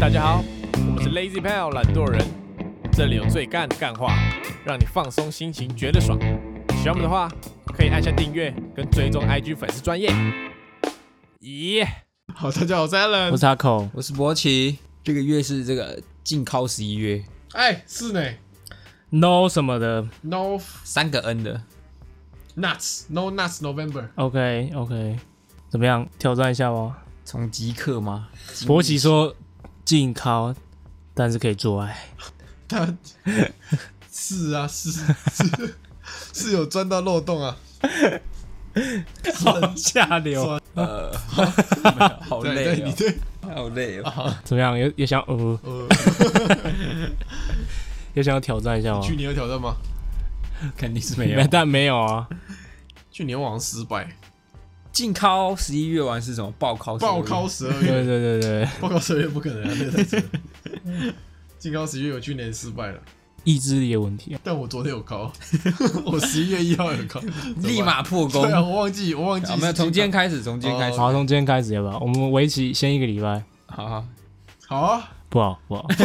大家好，我们是 Lazy Pal 懒惰人，这里有最干的干话，让你放松心情，觉得爽。喜欢我们的话，可以按下订阅跟追踪 IG 粉丝专页。耶！好，大家好，我是 Alan， 我是阿口， 我是博奇。这个月是这个禁靠11月， 哎，是呢 No 什么的 ，No 3个 N 的 Nuts，No Nuts November。 OK， 怎么样？挑战一下吗？ 从极客吗？ 博奇说禁靠，但是可以做爱。 他是啊，是有钻到漏洞啊。 好下流， 好累哦， 对， 好累哦。 怎么样？有想有想要挑战一下吗？ 去年有挑战吗？ 肯定是没有。 但没有啊。 去年我好像失败， 禁靠11月完是什么？暴靠 12月， 对， 报考12月不可能啊，那个太扯了。禁靠11月我去年失败了， 意志力的问题。 但我昨天有考，我11月1号有考， 立马破功。 对啊，我忘记。 没有，从今天开始，从今天开始。 好，从今天开始要不要？我们为期先1个礼拜。 好啊， 不好。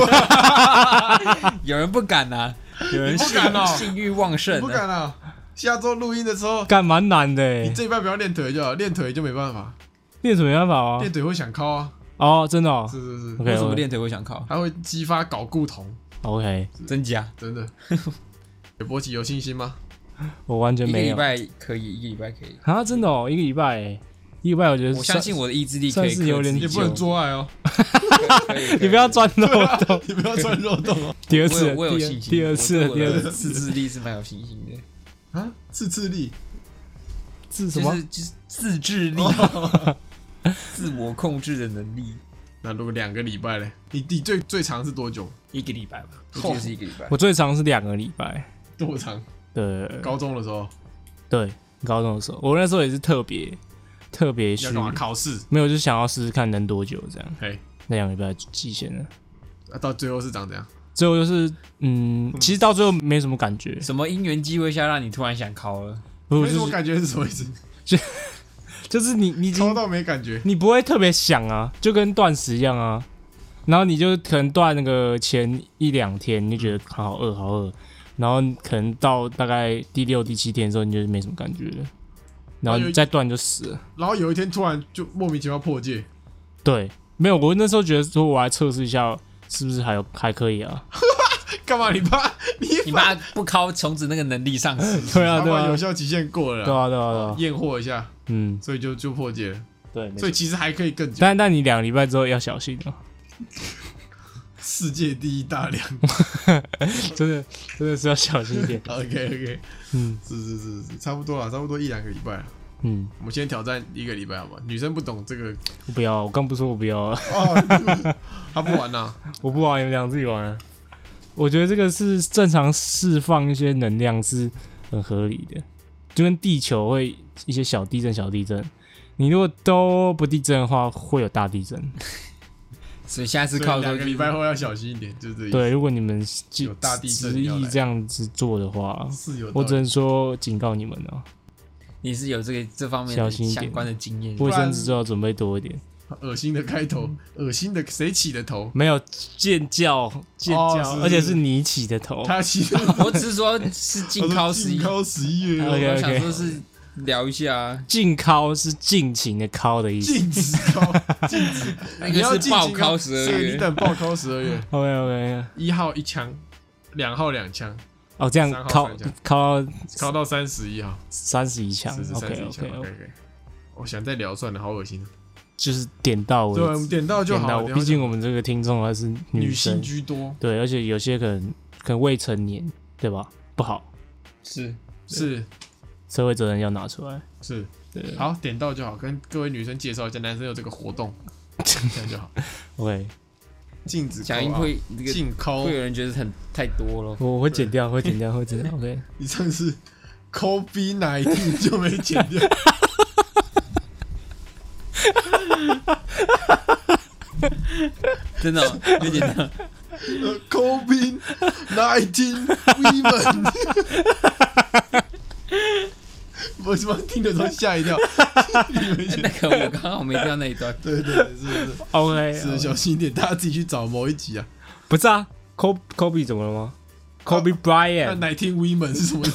有人不敢啊，有人性欲旺盛， 不敢啊。下周录音的时候， 干蛮难的你这一半不要练腿就好，练腿就没办法， 练腿没办法啊。 练腿会想靠啊。 哦，真的哦。 是。 为什么练腿会想靠？ 它会激发睾固酮。 OK， 真假？ 真的。博奇有信心吗？ 我完全没有。 一个礼拜可以，一个礼拜可以。 啊，真的哦，1个礼拜耶，1个礼拜我觉得我相信我的意志力可以， 算是有点也不能做爱哦。 可以你不要钻漏洞， 你不要钻漏洞哦。 第二次， 我有信心。 第二次， 自制力是蛮有信心的。 啊，自制力， 什么？ 就是自制力，自我控制的能力。 那如果2个礼拜嘞？你最长是多久 ？1个礼拜吧，我觉得是1个礼拜。 我最长是2个礼拜。 多长？ 对， 高中的时候。 对，高中的时候，我那时候也是特别去要干嘛？考试？ 没有，就想要试试看能多久这样。 嘿， 那2个礼拜极限了。 到最后是长怎样？ 最后就是其实到最后没什么感觉。 什么因缘机会下让你突然想考了？ 没什么感觉是什么意思？ 就是你抽到没感觉， 你不会特别想啊，就跟断食一样啊。然后你就可能断那个前1-2天，你就觉得好饿，然后可能到大概第6、第7天的时候，你就没什么感觉了，然后你再断就死了。 然后有一天突然就莫名其妙破戒。 对，没有，我那时候觉得说我来测试一下是不是还可以啊。 干嘛？你怕不靠虫子那个能力上市？ 对啊， 有效期限过了。 对啊， 验货一下，所以就破戒了。 对， 所以其实还可以更久。 但你2个礼拜之后要小心哦。 世界第一大量， 真的是要小心一点。 OK， 是，差不多1-2个礼拜了。我们先挑战1个礼拜好吗？女生不懂这个， 我不要，我刚不说我不要了。 她不玩啊， 我不玩，你们俩自己玩啊。我觉得这个是正常释放一些能量是很合理的，就跟地球会一些小地震，你如果都不地震的话，会有大地震。 所以下次靠 2个礼拜后要小心一点，就是这意思。 对，如果你们有大地震执意这样子做的话， 是有， 我只能说警告你们哦。 你是有这方面的相关的经验， 卫生纸最好准备多一点。 恶心的开头，恶心的谁起的头？ 没有尖叫，而且是你起的头。 他起的， 我只是说是禁靠 11月。 我想说是聊一下， 禁靠是尽情的靠的意思。 禁止靠， 那个是暴靠12月， 你等暴靠12月。 OK， 1号1枪，2号2枪。 哦，这样靠到31号 ，31枪。OK， 我想再聊算了，好恶心。 就是点到为止， 对，我们点到就好。 毕竟我们这个听众还是女性居多， 对，而且有些可能未成年，对吧？不好， 是， 社会责任要拿出来。 是，对，好，点到就好。跟各位女生介绍一下，男生有这个活动，这样就好。 OK， 禁止假音会禁抠， 会有人觉得太多了。 我会剪掉。OK， 你上次COVID-19 就没剪掉。 真的没剪掉。 COVID-19 women， 我怎么听的时候吓一跳？ 那个我刚好没听到那一段。 对，是 OK， 是，小心一点，大家自己去找某一集啊。 不是啊，Kobe 怎么了吗？Kobe 那 Bryant， 19 Women 是什么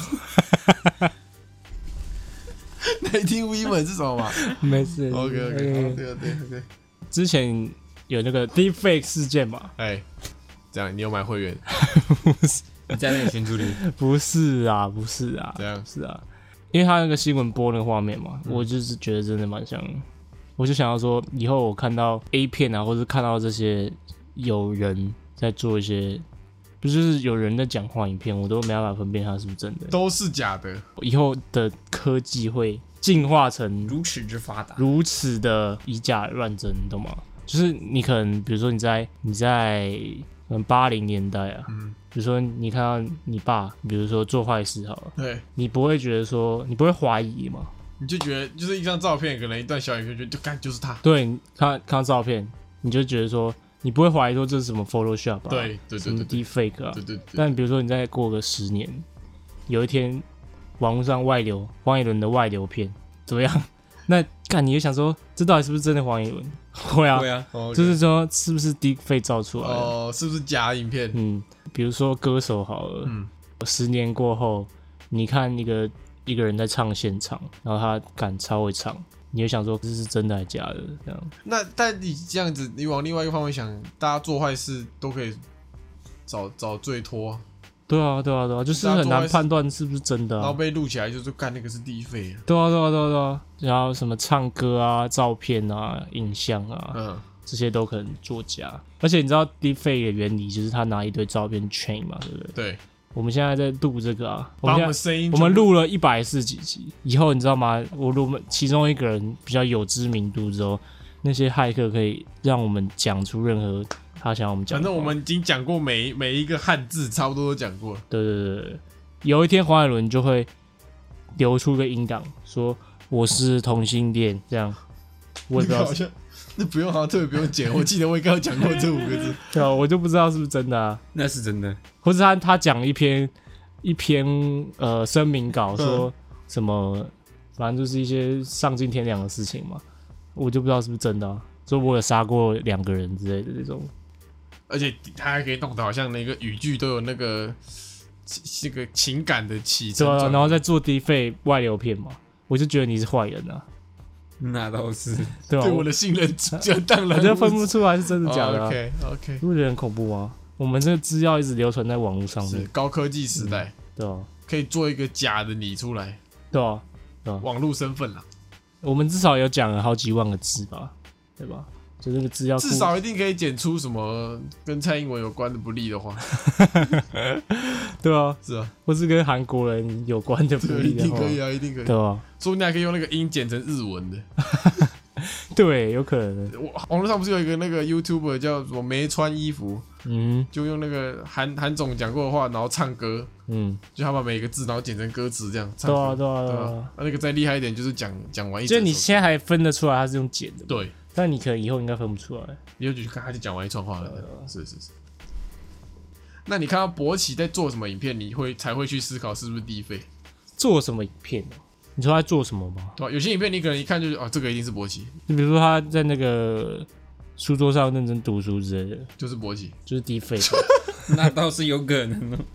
？19 Women 是什么嘛没事。 ？OK， 对。 之前有那个 Deepfake 事件嘛？ 哎，这样你有买会员？ 你在那个群组里， 不是啊， 这样是啊，因为他那个新闻播那个画面嘛，我就是觉得真的蛮像的，我就想要说，以后我看到 A 片啊，或者看到这些有人在做一些，就是有人在讲话影片，我都没办法分辨它是不是真的。 都是假的。 以后的科技会进化成如此之发达， 如此的以假乱真，你懂吗？就是你可能，比如说你在可能80年代啊，比如说你看到你爸，比如说做坏事好了， 对， 你不会觉得说，你不会怀疑嘛？ 你就觉得就是一张照片，可能一段小影片，就干就是他。 对，你看到照片，你就觉得说，你不会怀疑说这是什么 Photoshop 啊， 对， 什么 Deepfake 啊， 对。 但比如说你再过个10年，有一天网络上外流黄以伦的外流片怎么样？那干你就想说，这到底是不是真的黄以伦？会啊， 对啊， 就是说是不是 Deepfake 造出来的？ 哦，是不是假影片？ 比如说歌手好了，10年过后，你看一个人在唱现场，然后他敢超会唱，你就想说这是真的还是假的？这样。 那但你这样子，你往另外一个方面想，大家做坏事都可以找罪脱啊。 对啊，就是很难判断是不是真的、啊。 然后被录起来，就是干那个是Deepfake。 对啊。然后什么唱歌啊、照片啊、影像啊，这些都可能作假。而且你知道 Deepfake 的原理就是他拿一堆照片 train 嘛，对不对？ 对。 我们现在在录这个啊， 把我们声音， 我们录了140几集，以后你知道吗？我们其中一个人比较有知名度之后，那些骇客可以让我们讲出任何他想要我们讲。 反正我们已经讲过每一个汉字，差不多都讲过。 对，有一天黄海伦就会流出个音档，说我是同性恋，这样。我也不知道好像那不用，好像特别不用剪。我记得我应该有讲过这5个字。 对啊，我就不知道是不是真的啊。 那是真的。 或是他讲一篇声明稿，说什么，反正就是一些丧尽天良的事情嘛，我就不知道是不是真的啊。说我有杀过2个人之类的这种。 而且他还可以弄得好像那个语句都有那个情感的起承转合， 然后再做Deepfake外流片嘛，我就觉得你是坏人啊。 那倒是， 对吧？ 对我的信任就当然， 我就分不出来是真的假的、啊。 OK， 不觉得很恐怖吗？我们这个资料一直流传在网络上面， 高科技时代， 对啊， 可以做一个假的你出来， 对啊， 网络身份啦。 我们至少有讲了好几万个字吧，对吧？就这个资料至少一定可以剪出什么跟蔡英文有关的不利的话， 对啊， 是啊， 或是跟韩国人有关的不利的话， 一定可以啊，一定可以， 对啊， 说不定还可以用那个音剪成日文的， 对，有可能。 网络上不是有一个那个 YouTuber 叫什么没穿衣服，就用那个韩总讲过的话，然后唱歌，就他把每个字然后剪成歌词这样唱歌， 对啊， 那个再厉害一点就是讲完一整首歌， 就你现在还分得出来他是用剪的， 对。 但你可能以后应该分不出来， 你就去看他就讲完一串话了，是。那你看到博奇在做什么影片，你才会去思考是不是Deepfake？ 做什么影片呢？你说他在做什么吗？ 对吧？有些影片你可能一看就是这个一定是博奇。 你比如说他在那个书桌上认真读书之类的， 就是博奇， 就是Deepfake。 那倒是有可能哦。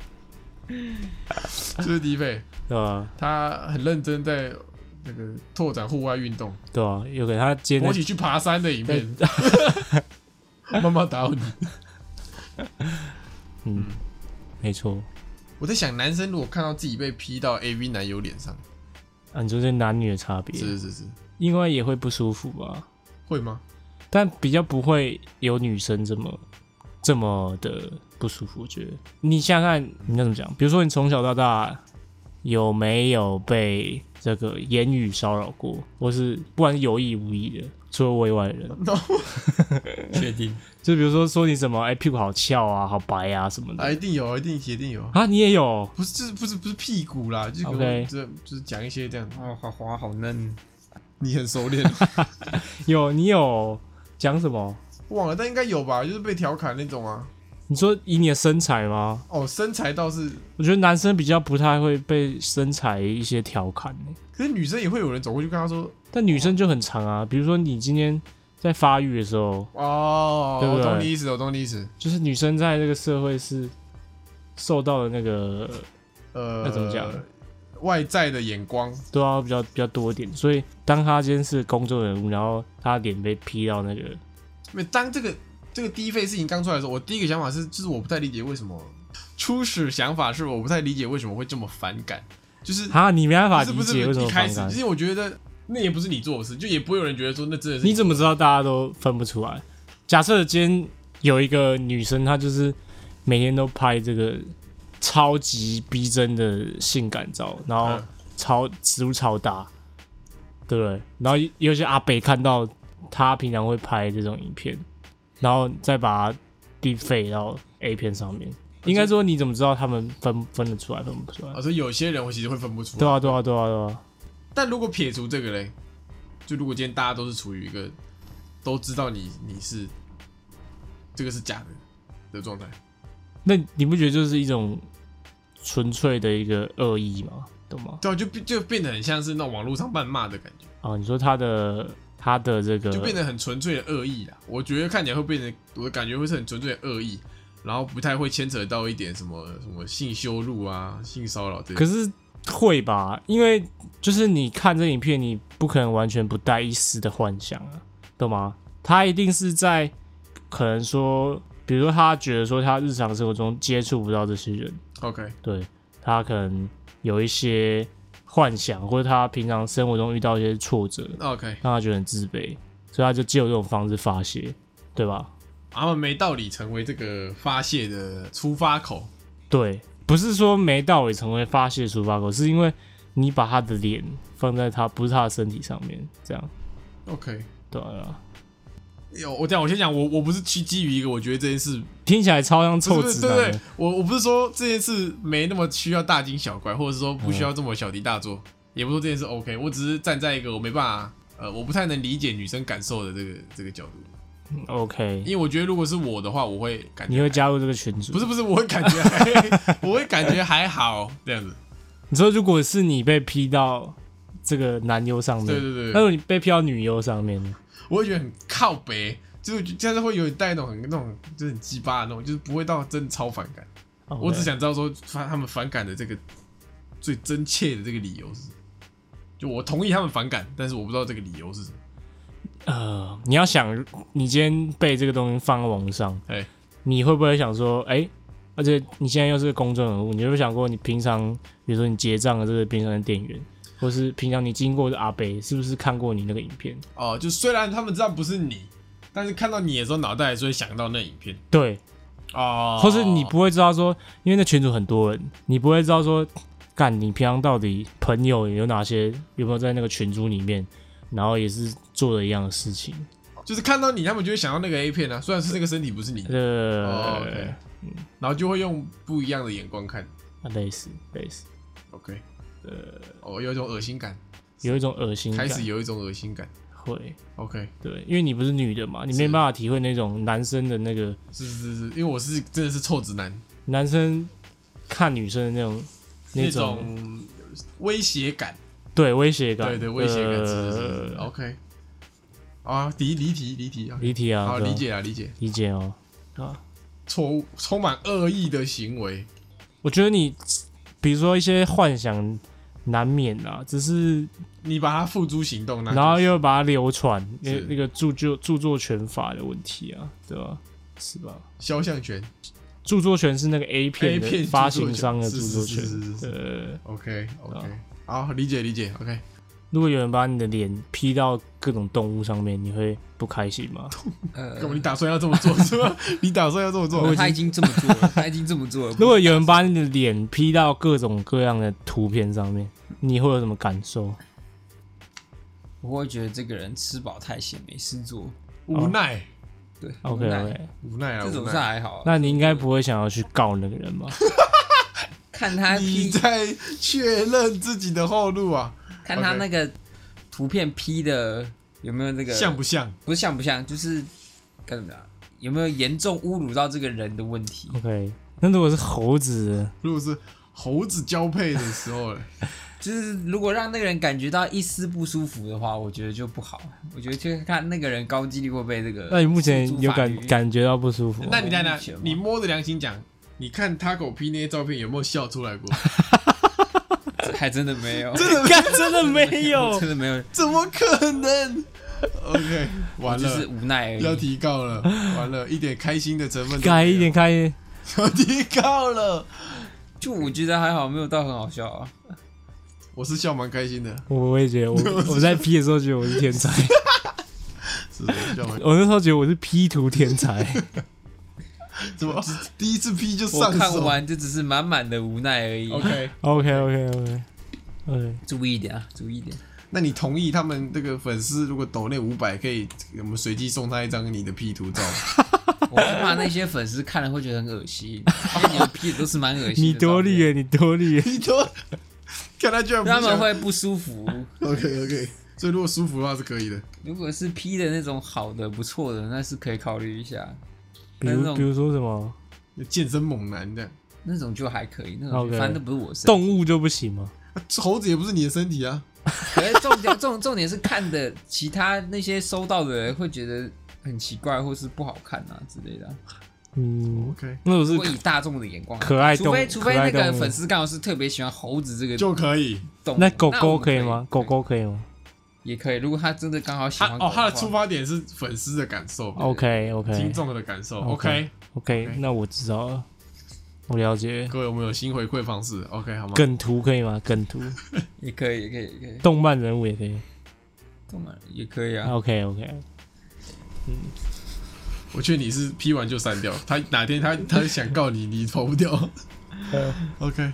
就是Deepfake， 对吧？ 他很认真在那个拓展户外运动， 对啊，有可能他今天博奇去爬山的影片，妈妈打你。 没错。 我在想，男生如果看到自己被 P 到 AV 男友脸上， 你说这男女的差别， 是， 应该也会不舒服吧？ 会吗？ 但比较不会有女生这么的不舒服。我觉得你想想看，你要怎么讲？比如说你从小到大有没有被这个言语骚扰过，或是不管是有意无意的，除了委婉的人， 确定？ 就比如说你什么屁股好翘啊、好白啊什么的， 一定有，一定有啊！你也有？ 不是屁股啦，就是 OK 就是讲一些这样。 好滑好嫩， 你很熟练。 你有讲什么？ 忘了，但应该有吧？就是被调侃那种啊。 你说以你的身材吗？ 哦，身材倒是， 我觉得男生比较不太会被身材一些调侃可是女生也会有人走过去跟他说， 但女生就很长啊。比如说你今天在发育的时候， 哦， 对不对？ 我懂你意思，我懂你意思。 就是女生在这个社会是受到的那个那怎么讲？ 外在的眼光都要比较多一点，所以当他今天是公众人物，然后他脸被 P 到那个， 因为当这个低费事情刚出来的时候，我第一个想法是，就是我不太理解为什么，初始想法是我不太理解为什么会这么反感，就是你没办法理不是解为什么一开始， 反感， 因为我觉得那也不是你做的事，就也不会有人觉得说那真的是你怎么知道大家都分不出来？假设今天有一个女生，她就是每天都拍这个超级逼真的性感照，然后尺度超大，对不对？然后有些阿北看到他平常会拍这种影片，然后再把它deepfake到 A 片上面。应该说你怎么知道他们分得出来，分不出来？ 所以有些人其实会分不出来。 对啊。 但如果撇除这个嘞，就如果今天大家都是处于一个都知道你是这个是假的状态， 那你不觉得就是一种纯粹的一个恶意吗？懂吗？ 对啊，就变得很像是那种网络上谩骂的感觉。 哦，你说他的这个就变得很纯粹的恶意啦。我觉得看起来会变得，我的感觉会是很纯粹的恶意，然后不太会牵扯到一点什么性羞辱啊、性骚扰这些。 可是会吧？因为就是你看这影片，你不可能完全不带一丝的幻想啊，懂吗？他一定是在可能说，比如说他觉得说他日常生活中接触不到这些人 ，OK， 对，他可能有一些幻想，或者他平常生活中遇到一些挫折 OK， 让他觉得很自卑，所以他就借由这种方式发泄，对吧？ 他们没道理成为这个发泄的出发口。 对，不是说没道理成为发泄出发口，是因为你把他的脸放在不是他的身体上面，这样。 OK， 对啊。 我先讲，我不是基于一个我觉得这件事听起来超像臭直男的。 对，我不是说这件事没那么需要大惊小怪，或者是说不需要这么小题大做，也不是说这件事 OK， 我只是站在一个我没办法，我不太能理解女生感受的这个角度。 OK， 因为我觉得如果是我的话，我会感觉你会加入这个群组？ 不是，我会感觉我会感觉还好这样子。 你说如果是你被 P 到这个男优上面， 对， 那如果你被 P 到女优上面呢？ 我会觉得很靠北，就是但是会有点带那种就是很鸡巴的那种，就是不会到真的超反感。Okay. 我只想知道说他们反感的这个最真切的这个理由是什么。就我同意他们反感，但是我不知道这个理由是什么。 你要想，你今天被这个东西放在网上，你会不会想说，而且你现在又是个公众人物，你有没有想过，你平常比如说你结账的这个便利商店店员，或是平常你经过的阿伯，是不是看过你那个影片？ 哦，就虽然他们知道不是你，但是看到你的时候，脑袋还是会想到那影片。 对， 哦， 或是你不会知道说，因为那群组很多人，你不会知道说，干你平常到底朋友有哪些，有没有在那个群组里面，然后也是做了一样的事情。 就是看到你，他们就会想到那个 A 片啊，虽然是这个身体不是你的，OK，然后就会用不一样的眼光看， 类似 ，OK，有一种恶心感，开始有一种恶心感， 会 ，OK， 对，因为你不是女的嘛，你没办法体会那种男生的那个， 是，因为我是真的是臭直男， 男生看女生的那种威胁感， 对，威胁感， 对，威胁感是 OK。啊，离题啊！好，理解哦，啊， 错误，充满恶意的行为。 我觉得你，比如说一些幻想难免啦，只是你把它付诸行动， 然后又把它流传，那个著作权法的问题啊，对吧？是吧？ 肖像权， 著作权是那个 A 片的发行商的著作权。 OK， 好，理解 ，OK。 如果有人把你的脸 P 到各种动物上面，你会不开心吗？ 干嘛？你打算要这么做是吗？你打算要这么做？ 他已经这么做了， 如果有人把你的脸 P 到各种各样的图片上面，你会有什么感受？ 我会觉得这个人吃饱太闲，没事做， 无奈。 对 ，OK， 无奈啊， 这种是还好。 那你应该不会想要去告那个人吧？ 看他 P， 你在确认自己的后路啊。 看他那个图片 P 的有没有那个像不像？ 不是像不像，就是该怎么讲， 有没有严重侮辱到这个人的问题。 OK， 那如果是猴子， 如果是猴子交配的时候了， 就是如果让那个人感觉到一丝不舒服的话，我觉得就不好。我觉得就看那个人高几率会被这个。 那你目前有诉诸法律感觉到不舒服吗？ 那你在哪目前吗？ 你摸着良心讲，你看 Taco P 那些照片有没有笑出来过？ 还真的没有， 真的没有， 真的没有， 怎么可能？OK， 完了， 就是无奈而已。 要提告了，完了，一点开心的成分都没有改一点，开一点。 要提告了。 就我觉得还好，没有到很好笑啊。 我是笑蛮开心的， 我也觉得，我在 P 的时候觉得我是天才， 是笑蛮。 我那时候觉得我是 P 图天才。 怎么第一次 P 就我上手？ 看完就只是满满的无奈而已。 OK， 注意一点啊，注意一点。 那你同意他们这个粉丝如果抖内500，可以我们随机送他一张你的 P 图照？ 我是怕那些粉丝看了会觉得很恶心，因为你的 P 都是蛮恶心的。 你多虑耶，你多虑耶。 你多看他居然不他们想会不舒服。 OK， 所以如果舒服的话是可以的。 如果是 P 的那种好的不错的，那是可以考虑一下。 比如说什么健身猛男这样， 那种就还可以，那种 OK 反正都不是我身体。 动物就不行吗？ 猴子也不是你的身体啊。 可是重点是看的其他那些收到的人会觉得很奇怪，或是不好看啊之类的啊。 OK， 那我是会以大众的眼光， 可爱动物， 除非那可爱动物个粉丝刚好是特别喜欢猴子这个就可以。 动物， 那狗狗我们可以吗？狗狗可以吗也可以。如果他真的刚好喜欢狗他的话出发点是粉丝的感受 ？OK 听 OK 众的感受。 OK OK， 那我知道了，我了解。 各位有没有新回馈方式 ？OK 好吗？ 梗图可以吗？梗图， 也可以， 动漫人物也可以。 动漫也可以啊。 OK， 我劝你是 P 完就删掉，他哪天他想告你，你跑不掉。OK，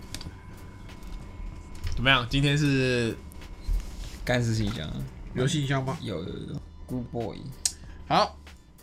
怎么样？今天是干事信箱啊， 有信箱吗？ 有 Good Boy。 好，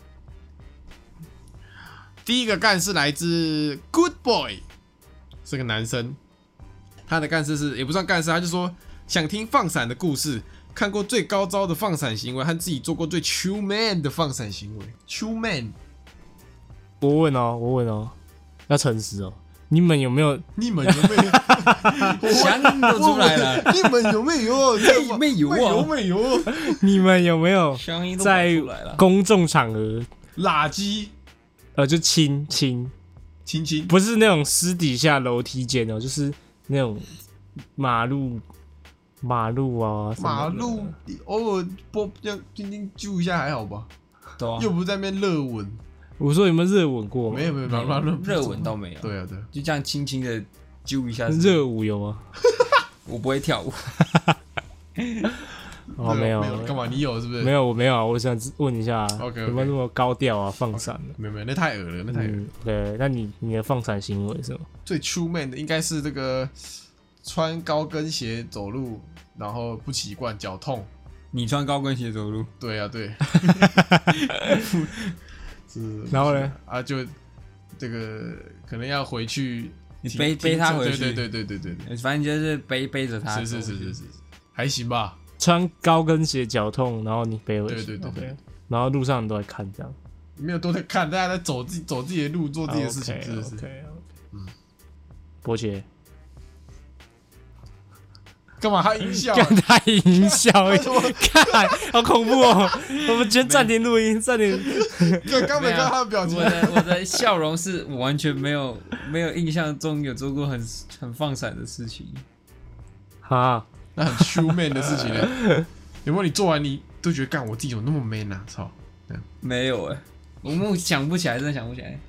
第一个干事来自 Good Boy， 是个男生。他的干事是也不算干事，他就说想听放闪的故事，看过最高招的放闪行为和自己做过最 True Man 的放闪行为。True Man， 我问哦，要诚实哦。你们有没有？ 你们有没有？ 想都出来了。 你们有没有？ 没有啊， 有没有？ 你们有没有乡音都跑在出来了。 公众场合， 垃圾， 就亲， 亲亲， 不是那种私底下楼梯间哦，就是那种马路啊，什么的马路偶尔这样轻轻揪一下还好吧？ 对啊， 又不是在那边热吻。 我说有没有热吻过？ 没有， 热吻都没有。 对啊， 就这样轻轻的揪一下。 热舞有吗？ 我不会跳舞。 哦，没有， 干嘛？你有是不是？ 没有，我没有啊。我想问一下 OK， 有没有那么高调啊？放闪的？ 没有，那太恶了，那太恶了。 对，那你的放闪行为是什么？ 最 true man 的应该是这个穿高跟鞋走路，然后不习惯，脚痛。 你穿高跟鞋走路？ 对啊，对。是， 然后呢？ 啊，就这个可能要回去， 你背他回去。 对， 反正就是背着他。 是，还行吧。 穿高跟鞋脚痛，然后你背回去。 对。 然后路上人都在看，这样没有都在看，大家在走自己的路，做自己的事情，是不是？ 伯杰， 干嘛他音效？ 干他音效，看好恐怖哦！我们先暂停录音，暂停。 刚没看他的表情。 我的笑容是我完全没有印象中有做过很放闪的事情。 哈， 那很 true man 的事情呢？有没有你做完你都觉得干我自己有那么 man 啊？操！ 没有我想不起来，真的想不起来。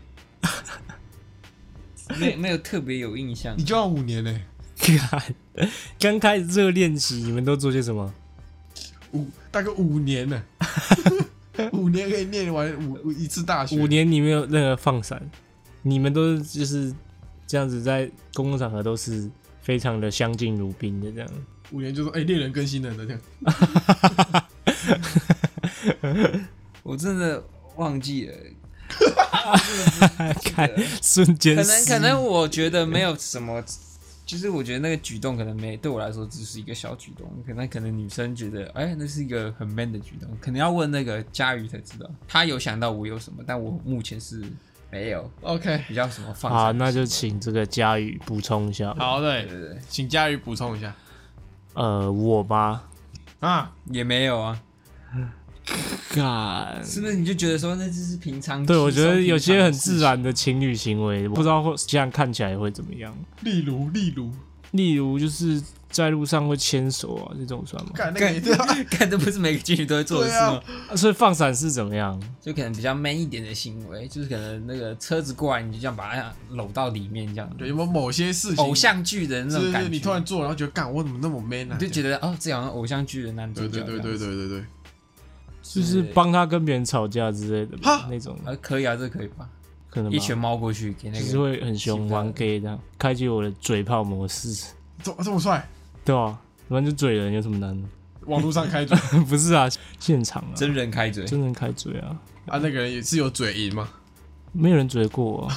没有特别有印象。 你交往5年呢？ 刚开始这个练习，你们都做些什么？ 大概5年呢，5年可以念完一次大学。 5年你没有任何放闪，你们都是就是这样子，在公共场合都是非常的相敬如宾的这样。 5年就说猎人更新了这样。 我真的忘记了。 看瞬间， 可能我觉得没有什么就是我觉得那个举动可能对我来说只是一个小举动，可能女生觉得那是一个很 man 的举动，可能要问那个佳瑜才知道，她有想到我有什么，但我目前是没有。 OK， 比较什么放好，那就请这个佳宇补充一下。 好， 对， 请佳宇补充一下。 我吗？ 啊， 也没有啊。 干， 是不是你就觉得说那只是平常？ 对，我觉得有些很自然的情侣行为，不知道这样看起来会怎么样。 例如就是在路上会牵手啊，这种算吗？ 干那个也对啊， 看这不是每个情侣都会做的事吗？ 所以放闪是怎么样？ 就可能比较 man 一点的行为，就是可能那个车子过来，你就这样把它搂到里面，这样。 对，有没有某些事情偶像剧的那种感觉？ 你突然做，然后觉得干我怎么那么 man 啊？ 你就觉得这好像偶像剧的男主角。 对， 就是帮他跟别人吵架之类的吧那种。 可以啊，这可以吧？ 可能一拳猫过去给那个， 就是会很凶，玩 gay 这样，开启我的嘴炮模式。 这么帅？ 对啊，反正就嘴人有什么难的？ 网络上开嘴不是啊，现场啊， 真人开嘴， 真人开嘴啊！ 啊，那个人也是有嘴赢吗？ 没有人嘴过我啊。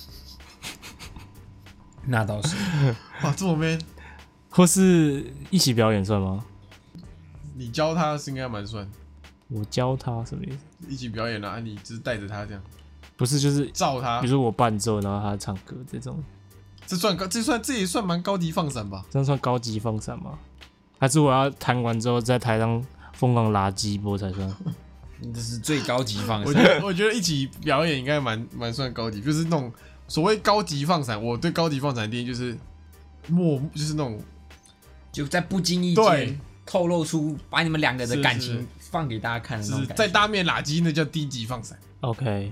那倒是。 哇，这么 man！ 或是一起表演算吗？ 你教他是应该蛮算。 我教他什么意思？ 一起表演啊，你就是带着他这样。 不是，就是照他。 比如说我伴奏，然后他唱歌这种。 这也算蛮高级放闪吧？ 这样算高级放闪吗？还是我要弹完之后在台上疯狂拉鸡波才算？ 这是最高级放闪。 我觉得一起表演应该蛮算高级，就是那种所谓高级放闪。我对高级放闪的定义就是就是那种就在不经意间透露出把你们两个的感情放给大家看的那种感觉。 在大面拉鸡那叫低级放闪。 OK，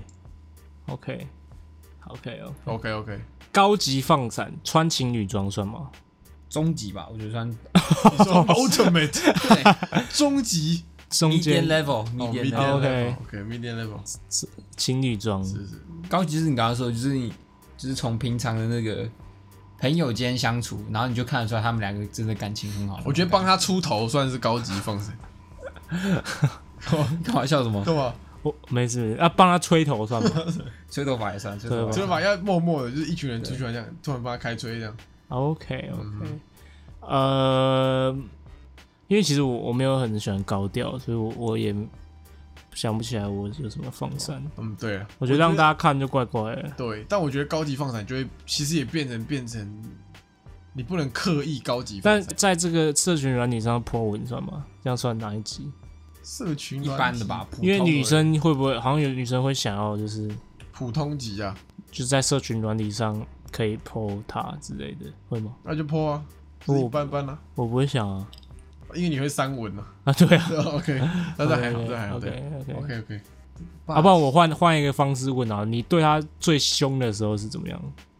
高级放闪穿情侣装算吗？ 中级吧，我觉得算。 你说 ultimate 终极中间 medium level，medium level， 情侣装是高级就是你刚刚说的，就是从平常的那个朋友间相处，然后你就看得出来他们两个真的感情很好。 我觉得帮他出头算是高级放闪。 干嘛笑什么？ 对吧？ 我没事啊，帮他吹头算吗？ 吹头发也算，吹头发要默默的，就是一群人出去玩这样，突然帮他开吹这样。 OK， 因为其实我没有很喜欢高调，所以我也想不起来我有什么放闪。 对啊， 我觉得让大家看就怪怪的。 对，但我觉得高级放闪就会其实也变成你不能刻意高级放闪。 但在这个社群软体上 po 文算吗？这样算哪一集？ 社群一般的吧， 因为女生会不会好像有女生会想要就是普通级啊， 就是在社群软体上可以 po 她之类的，会吗？ 那就 po 啊，一般般啊。 我不会想啊， 因为你会删文啊。 对啊。 OK， 那这还好，这还好。 OK。 啊， 不然我换一个方式问啊，你对他最凶的时候是怎么样？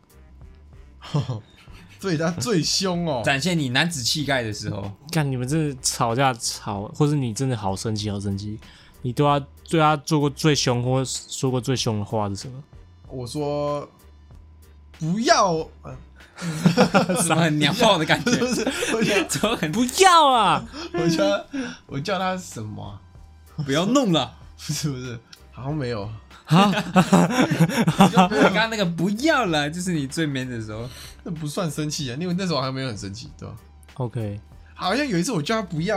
对他最凶哦， 展现你男子气概的时候。 看你们真的吵架或是你真的好生气，你对他做过最凶或说过最凶的话是什么？ 我说不要， 什么很娘炮的感觉？ 不是， 我很不要啊！ 我叫他什么？ 不要弄了， 不是，好像没有。 刚刚那个不要了，就是你最 man 的时候， 那不算生气啊，因为那时候还没有很生气，对吧 ？OK， 好像有一次我叫他不要，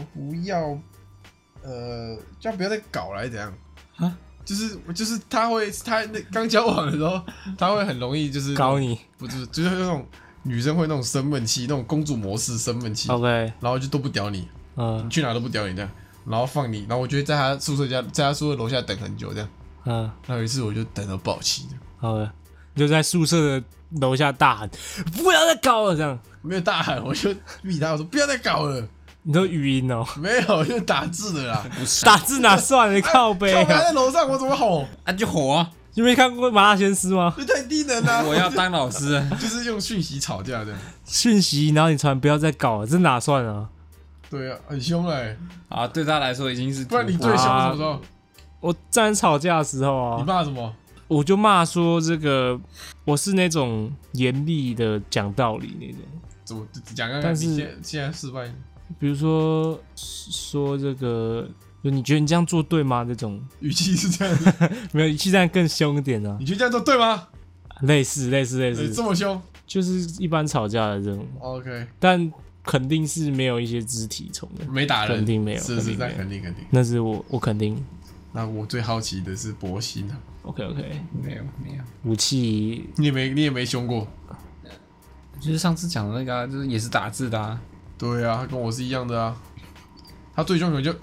叫他不要再搞了，还是怎样？就是他那刚交往的时候，他会很容易就是搞你， 不是就是那种女生会那种生闷气，那种公主模式生闷气 ，OK， 然后就都不屌你，你去哪都不屌你这样，然后放你，然后我就会在他宿舍楼下等很久这样。然后有一次我就等到爆气的， 好了，就在宿舍的楼下大喊不要再搞了，这样没有大喊，我就逼他，我说不要再搞了。 你都语音哦？ 没有，就打字的啦。 打字哪算？你靠背啊！ 他在楼上，我怎么吼？ 啊，就吼啊！ 你没看过麻辣鲜师吗？ 这太低能了！ 我要当老师， 就是用讯息吵架的。 讯息，然后你传不要再搞了，这哪算啊？ 对啊，很凶啊，对他来说已经是。 不然你最凶什么时候？ 我在吵架的时候啊。 你骂什么？ 我就骂说这个，我是那种严厉的讲道理那种。 怎么讲看看？你现在示范。 比如说这个，就你觉得你这样做对吗？这种语气是这样子， 没有语气这样更凶一点啊。 你觉得这样做对吗？ 类似， 这么凶， 就是一般吵架的这种， OK， 但肯定是没有一些肢体冲的， 没打人， 肯定没有， 是是，那肯定没有肯定肯定。 那是我肯定。 那我最好奇的是博鑫啊， OK， 没有， 武器你也没凶过？ 就是上次讲的那个啊，就是也是打字的啊。 对啊，他跟我是一样的啊。他最凶可能就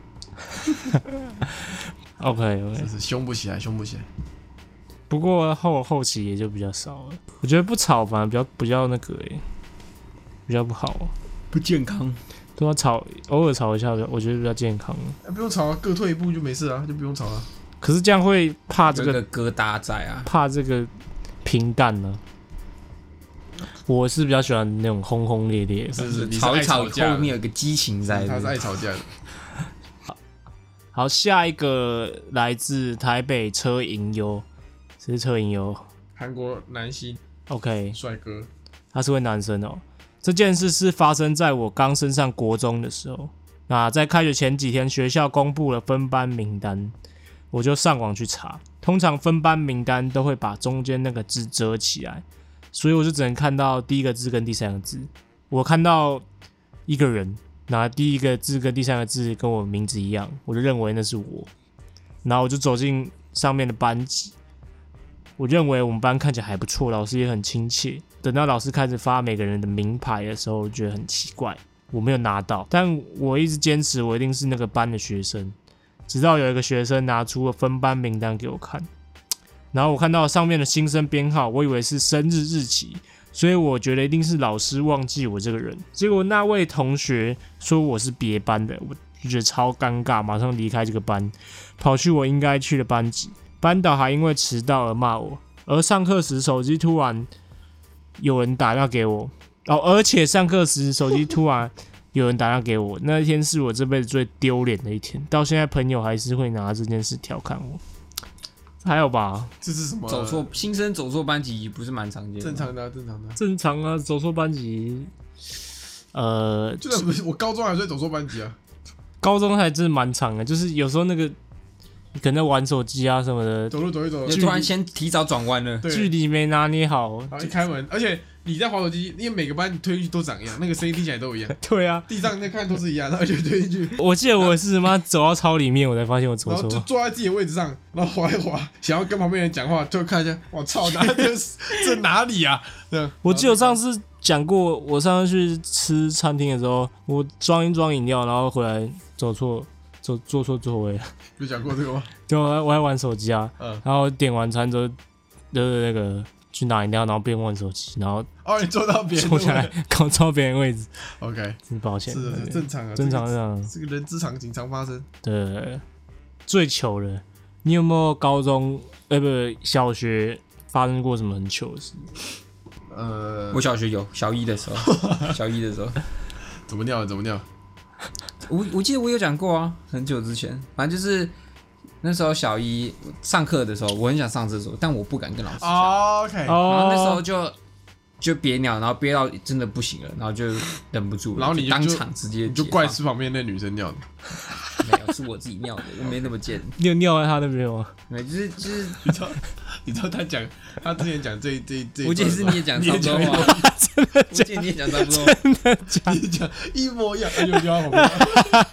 OK， 就是凶不起来，凶不起来。 不过后期也就比较少了。我觉得不吵反而比较那个比较不好， 不健康。 对啊，偶尔吵一下，我觉得比较健康。 不用吵啊，各退一步就没事啊，就不用吵了。 可是这样会怕这个疙瘩在啊， 怕这个平淡呢。我是比较喜欢那种轰轰烈烈的， 是你是吵一爱吵架的后面有个激情在。 他是爱吵架的。 好，下一个来自台北车银优，谁是车银优？ 韩国男星 OK， 帅哥， 他是位男生哦。这件事是发生在我刚升上国中的时候。那在开学前几天，学校公布了分班名单，我就上网去查。通常分班名单都会把中间那个字遮起来，所以我就只能看到第一个字跟第三个字。我看到一个人，那第一个字跟第三个字跟我名字一样，我就认为那是我。然后我就走进上面的班级，我认为我们班看起来还不错，老师也很亲切。等到老师开始发每个人的名牌的时候，我觉得很奇怪，我没有拿到，但我一直坚持我一定是那个班的学生。直到有一个学生拿出了分班名单给我看，然后我看到上面的新生编号，我以为是生日日期，所以我觉得一定是老师忘记我这个人。结果那位同学说我是别班的，我就觉得超尴尬，马上离开这个班，跑去我应该去的班级。班导还因为迟到而骂我，而上课时手机突然有人打电话给我，而且上课时手机突然有人打电话给我，那一天是我这辈子最丢脸的一天，到现在朋友还是会拿这件事调侃我。还有吧？ 这是什么？ 新生走错班级不是蛮常见的？ 正常的，正常的， 正常啊，走错班级。 就算不是我高中还是会走错班级啊。 高中还真的蛮长的，就是有时候那个你可能在玩手机啊什么的， 走路走一走， 就突然先提早转弯了， 距离没拿捏好， 然后一开门，而且你在滑手机，因为每个班推进去都长一样，那个声音听起来都一样。 对啊， 地上那看都是一样，然后就推进去。 我记得我是妈走到超里面，我才发现我走然后就错。 坐在自己的位置上，然后滑一滑，想要跟旁边人讲话，就看一下，我操，这哪里啊？ 我记得我上次讲过，我上次去吃餐厅的时候，我装饮料，然后回来走错，坐错座位了。 有讲过这个吗？ 对，我还玩手机啊，然后点完餐之后，就是那个去拿饮料，然后边玩手机，然后你坐到别人坐下来搞错别人位置。 OK， 真抱歉， 是正常啊， 正常这样， 这个人之常情，常发生。 对，最糗的，你有没有高中不小学发生过什么很糗的事？ 我小学有小一的时候， 怎么尿？ 我记得我有讲过啊，很久之前，反正就是那时候小一上课的时候，我很想上厕所，但我不敢跟老师讲。 OK， 然后那时候就憋尿，然后憋到真的不行了，然后就忍不住了， 然后你当场直接就怪是旁边那女生尿的。 没有，是我自己尿的，我没那么贱。 你有尿在他那边吗？ 没，就是你知道他之前讲这， 我记得是你也讲差不多话，我记得你也讲差不多， 真的假你讲一模一样，就尿旁边。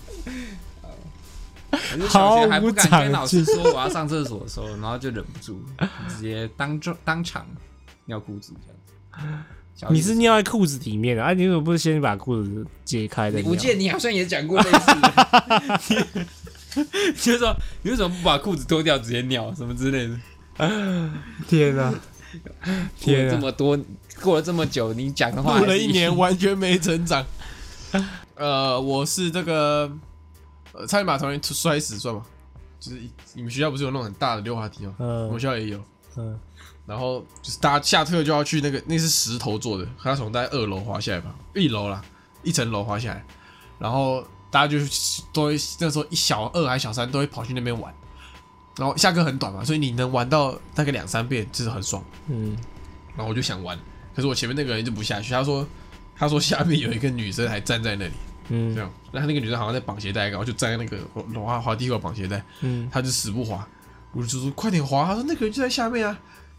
我就小学还不敢跟老师说我要上厕所的时候，然后就忍不住，直接当场尿裤子这样子。 你是尿在裤子里面的啊？你怎么不先把裤子解开的？ 我记得你好像也讲过类似的，就是说你为什么不把裤子脱掉直接尿什么之类的？ 天啊！天啊！ 这么多过了这么久，你讲的话过了1年完全没成长。我是这个差点把同学摔死算吗？就是你们学校不是有那种很大的溜滑梯吗？我们学校也有。然后就是大家下课就要去那是石头做的，他从大概2楼滑下来吧，1楼啦，1层楼滑下来，然后大家就都会那时候小2还小3都会跑去那边玩，然后下课很短嘛，所以你能玩到大概2-3遍就是很爽。然后我就想玩，可是我前面那个人就不下去，他说下面有一个女生还站在那里，这样，那他那个女生好像在绑鞋带，然后就站在那个滑梯口绑鞋带，他就死不滑，我就说快点滑，他说那个人就在下面啊。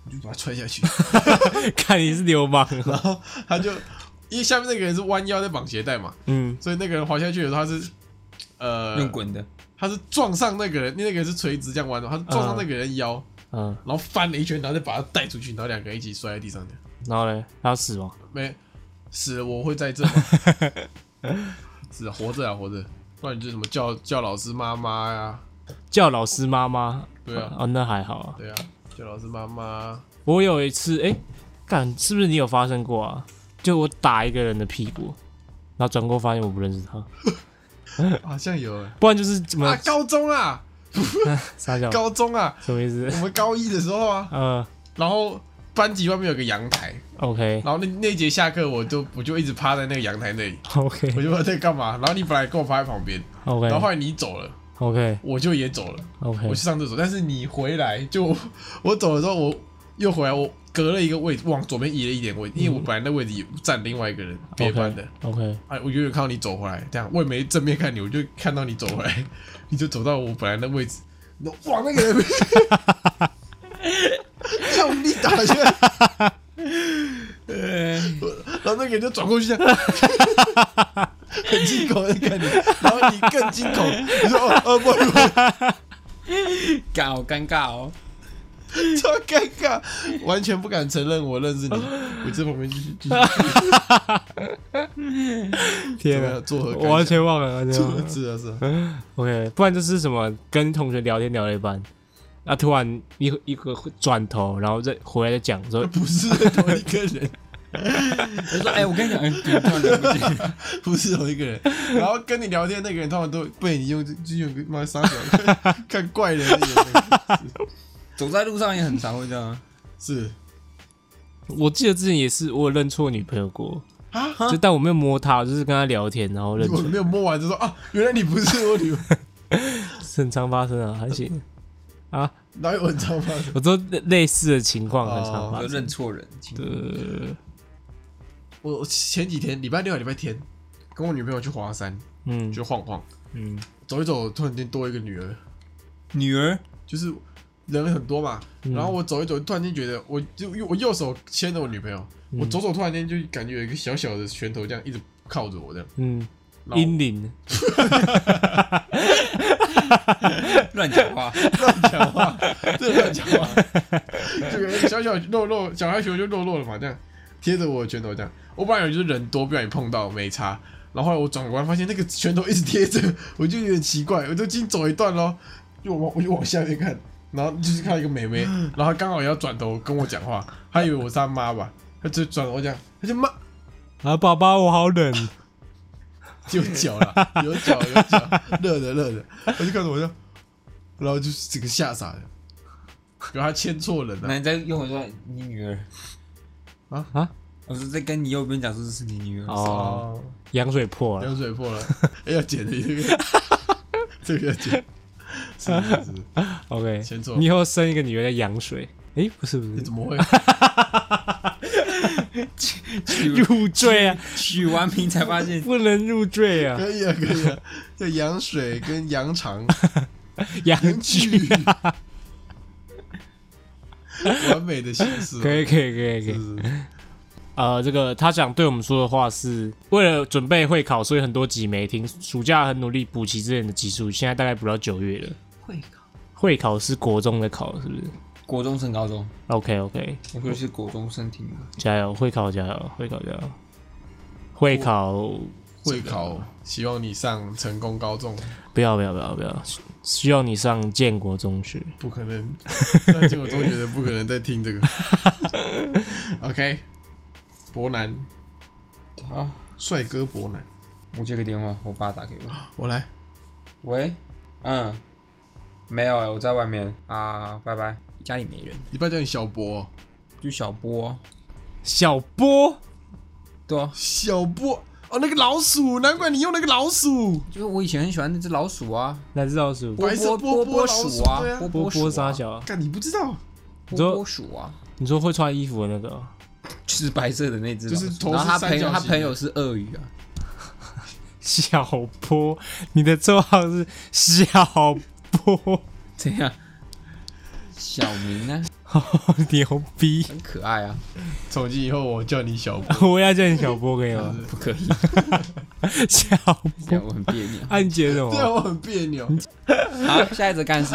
我就把他踹下去， 看你是流氓， 然后他就因为下面那个人是弯腰在绑鞋带嘛，所以那个人滑下去的时候他是用滚的， 他是撞上那个人，那个人是垂直这样弯的，他是撞上那个人腰，然后翻了一圈，然后再把他带出去，然后两个人一起摔在地上的。 然后嘞，他要死吗？ 没死了，我会在这吗？是活着啊，活着。不然你就什么叫老师妈妈呀？ 叫老师妈妈？ 对啊， 哦，那还好啊。 对啊，叫老师妈妈。 我有一次，干，是不是你有发生过啊？就我打一个人的屁股，然后转过发现我不认识他， 好像有欸， 不然就是怎么啊？高中啊， 傻笑， 高中啊， 什么意思？ 我们高一的时候啊，然后班级外面有个阳台 ，OK， 然后那节下课我就一直趴在那个阳台那里 ，OK， 我就不知道在干嘛。然后你本来跟我趴在旁边 OK， 然后后来你走了 OK， 我就也走了 OK， 我去上厕所，但是你回来就我走的时候我又回来，我隔了一个位置往左边移了一点位置，因为我本来那位置站另外一个人别班的 OK， 哎，我远远看到你走回来，这样我也没正面看你，我就看到你走回来，你就走到我本来的位置，往那个人用力打下来，然后那个人就转过去这样，很惊恐在看你，然后你更惊恐，你说不好意思， 好尴尬哦， 超尴尬，完全不敢承认我认识你，我在旁边继续。 天啊， 作何感想？ 我完全忘了， 是啊是啊。 OK， 不然就是什么跟同学聊天聊了一半，突然一个转头，然后再回来再讲说不是同一个人。 我说我跟你讲，突然聊不进， 不是同一个人。然后跟你聊天那个人，通常都被你用个妈傻小看怪人的眼。 走在路上也很常会这样啊。 是， 我记得之前也是，我有认错女朋友过啊， 但我没有摸她，我就是跟她聊天，然后认错。 我没有摸完就说啊，原来你不是我女朋友。 很常发生啊，还行啊。 哪有很常发生？ 我说类似的情况很常发生， 认错人。 对。 我前几天礼拜六、礼拜天跟我女朋友去华山，就晃晃，走一走，突然间多一个女儿。 女儿就是人很多嘛，然后我走一走，突然间觉得我右手牵着我女朋友，我左手突然间就感觉有一个小小的拳头这样一直靠着我这样， 阴灵， 乱讲话， 真的乱讲话，这个小小肉小孩球就肉了嘛，这样贴着我的拳头这样，我本来以为就是人多不小心碰到没差，然后后来我转过来发现那个拳头一直贴着，我就有点奇怪，我都已经走一段咯，我就往下面看，然后就是看到一个妹妹，然后她刚好也要转头跟我讲话，她以为我是她妈吧，她就转头这样，她就妈啊，爸爸我好冷， 有脚啦，有脚，热的，我就看着我就，然后就整个吓傻了，然后她牵错人了， 那你再用我说你女儿啊， 我是在跟你右边讲说这是你女儿哦，羊水破了， 羊水破了，要剪的这个要剪。是 OK， 牵错， 你以后生一个女儿叫羊水，不是， 你怎么会？ 入赘啊！ 取完名才发现不能入赘啊！ 可以啊，叫羊水跟羊肠， 羊具啊， 完美的形式， 可以。这个他想对我们说的话是，为了准备会考，所以很多集没听。暑假很努力补齐之前的集数，现在大概补到9月了。会考是国中的考，是不是？ 国中升高中。 OK， 我会是国中升听的。 加油，会考加油，会考， 希望你上成功高中。 不要，希望你上建国中学。 不可能，上建国中学的不可能再听这个。OK。伯南，帅哥伯南， 我接个电话，我爸打给我， 我来。 喂，没有我在外面啊，拜拜，家里没人。 你爸叫你小波， 就小波，对啊， 小波哦，那个老鼠，难怪你用那个老鼠， 就是我以前很喜欢那只老鼠啊， 哪只老鼠？ 白色波鼠啊， 波傻小啊， 干你不知道？ 波鼠啊， 你说会穿衣服的那个？ 就是白色的那只， 就是头然后是他朋友是鳄鱼啊。 小波，你的绰号是小波， 怎样？ 小明啊， 牛逼！ 很可爱啊， 从今以后我叫你小波， 我要叫你小波可以吗？ 不可以， 小这样我很别扭。 按节什么？ 这样我很别扭。 好，下一则干事。